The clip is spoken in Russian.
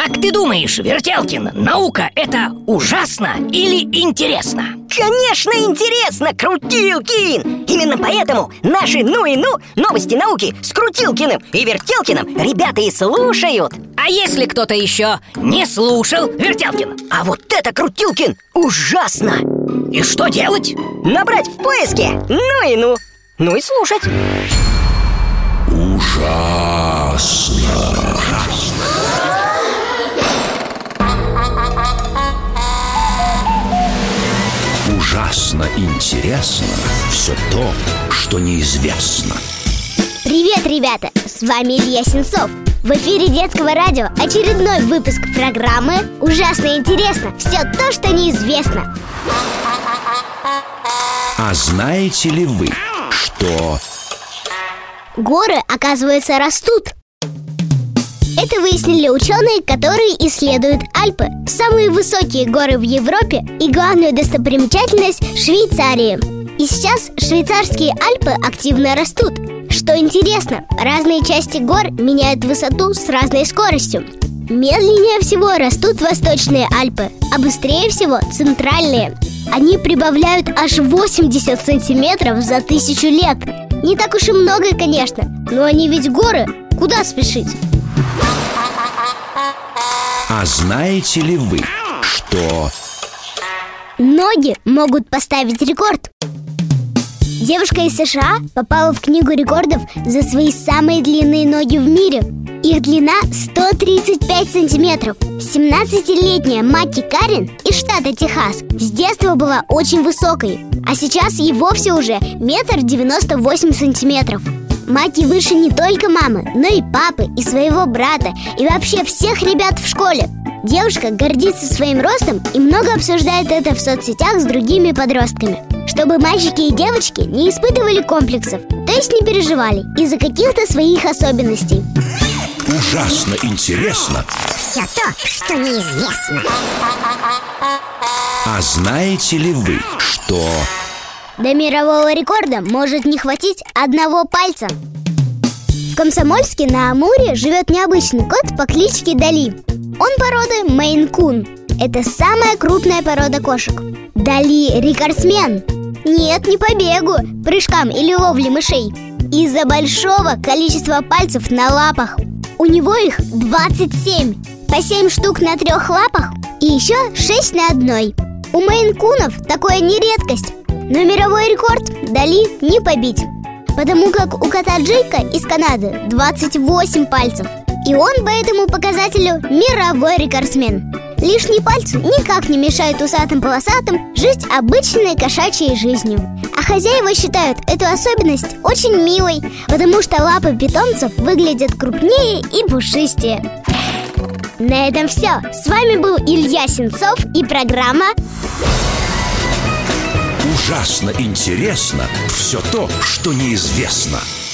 Как ты думаешь, Вертелкин, наука — это ужасно или интересно? Конечно, интересно, Крутилкин! Именно поэтому наши новости науки с Крутилкиным и Вертелкиным ребята и слушают. А если кто-то еще не слушал Вертелкина? А вот это, Крутилкин, ужасно! И что делать? Набрать в поиске ну и слушать. Ужасно. Ужасно интересно все то, что неизвестно. Привет, ребята! С вами Илья Сенцов. В эфире детского радио очередной выпуск программы «Ужасно интересно все то, что неизвестно». А знаете ли вы, что... Горы, оказывается, растут. Это выяснили ученые, которые исследуют Альпы, самые высокие горы в Европе и главную достопримечательность Швейцарии. И сейчас швейцарские Альпы активно растут. Что интересно, разные части гор меняют высоту с разной скоростью. Медленнее всего растут восточные Альпы, а быстрее всего центральные. Они прибавляют аж 80 сантиметров за 1000 лет. Не так уж и много, конечно, но они ведь горы, куда спешить? А знаете ли вы, что... Ноги могут поставить рекорд. Девушка из США попала в книгу рекордов за свои самые длинные ноги в мире. Их длина 135 сантиметров. 17-летняя Макки Карен из штата Техас с детства была очень высокой, а сейчас ей вовсе уже 1,98 сантиметров. Макки выше не только мамы, но и папы, и своего брата, и вообще всех ребят в школе. Девушка гордится своим ростом и много обсуждает это в соцсетях с другими подростками, чтобы мальчики и девочки не испытывали комплексов, то есть не переживали из-за каких-то своих особенностей. Ужасно интересно Все то, что неизвестно. А знаете ли вы, что... До мирового рекорда может не хватить одного пальца. В Комсомольске на Амуре живет необычный кот по кличке Дали. Он породы Мейн-кун. Это самая крупная порода кошек. Дали рекордсмен. Нет, не по бегу, прыжкам или ловле мышей. Из-за большого количества пальцев на лапах. У него их 27. По 7 штук на 3 лапах и еще 6 на одной. У мейн-кунов такое не редкость. Но мировой рекорд Дали не побить, потому как у кота Джейка из Канады 28 пальцев. И он по этому показателю мировой рекордсмен. Лишние пальцы никак не мешают усатым-полосатым жить обычной кошачьей жизнью. А хозяева считают эту особенность очень милой, потому что лапы питомцев выглядят крупнее и пушистее. На этом все. С вами был Илья Сенцов и программа Ужасно интересно все то, что неизвестно.